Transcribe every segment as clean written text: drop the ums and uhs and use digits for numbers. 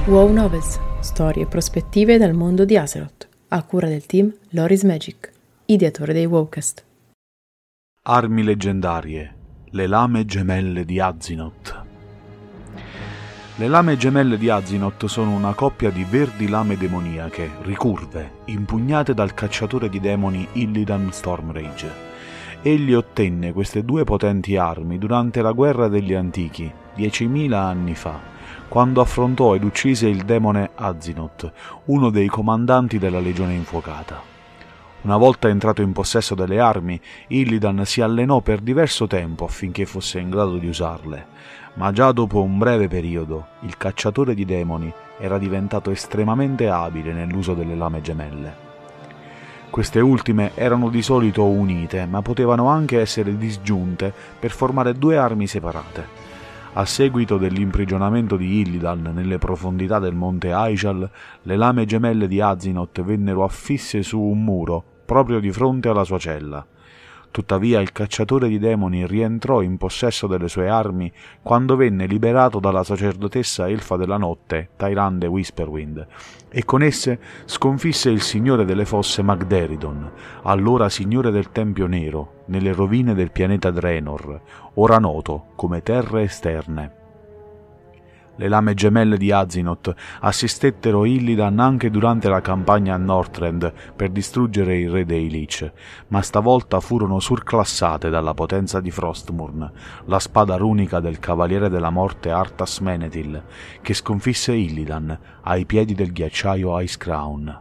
WoW Novels, storie e prospettive dal mondo di Azeroth, a cura del team Loris Magic, ideatore dei WoWcast. Armi leggendarie, le lame gemelle di Azinoth. Le lame gemelle di Azinoth sono una coppia di verdi lame demoniache, ricurve, impugnate dal cacciatore di demoni Illidan Stormrage. Egli ottenne queste due potenti armi durante la guerra degli antichi, 10.000 anni fa, quando affrontò ed uccise il demone Azinoth, uno dei comandanti della Legione Infuocata. Una volta entrato in possesso delle armi, Illidan si allenò per diverso tempo affinché fosse in grado di usarle, ma già dopo un breve periodo il cacciatore di demoni era diventato estremamente abile nell'uso delle lame gemelle. Queste ultime erano di solito unite, ma potevano anche essere disgiunte per formare due armi separate. A seguito dell'imprigionamento di Illidan nelle profondità del monte Aishal, le lame gemelle di Azinoth vennero affisse su un muro proprio di fronte alla sua cella. Tuttavia il cacciatore di demoni rientrò in possesso delle sue armi quando venne liberato dalla sacerdotessa elfa della notte, Tyrande Whisperwind, e con esse sconfisse il signore delle fosse Magderidon, allora signore del Tempio Nero, nelle rovine del pianeta Draenor, ora noto come Terre Esterne. Le lame gemelle di Azinoth assistettero Illidan anche durante la campagna a Northrend per distruggere il re dei Lich, ma stavolta furono surclassate dalla potenza di Frostmourne, la spada runica del cavaliere della morte Arthas Menethil, che sconfisse Illidan ai piedi del ghiacciaio Icecrown.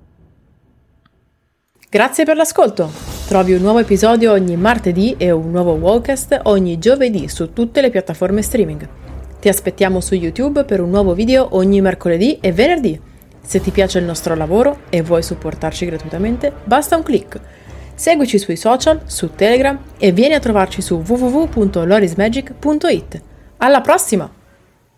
Grazie per l'ascolto! Trovi un nuovo episodio ogni martedì e un nuovo WoWcast ogni giovedì su tutte le piattaforme streaming. Ti aspettiamo su YouTube per un nuovo video ogni mercoledì e venerdì. Se ti piace il nostro lavoro e vuoi supportarci gratuitamente, basta un click. Seguici sui social, su Telegram e vieni a trovarci su www.lorismagic.it. Alla prossima!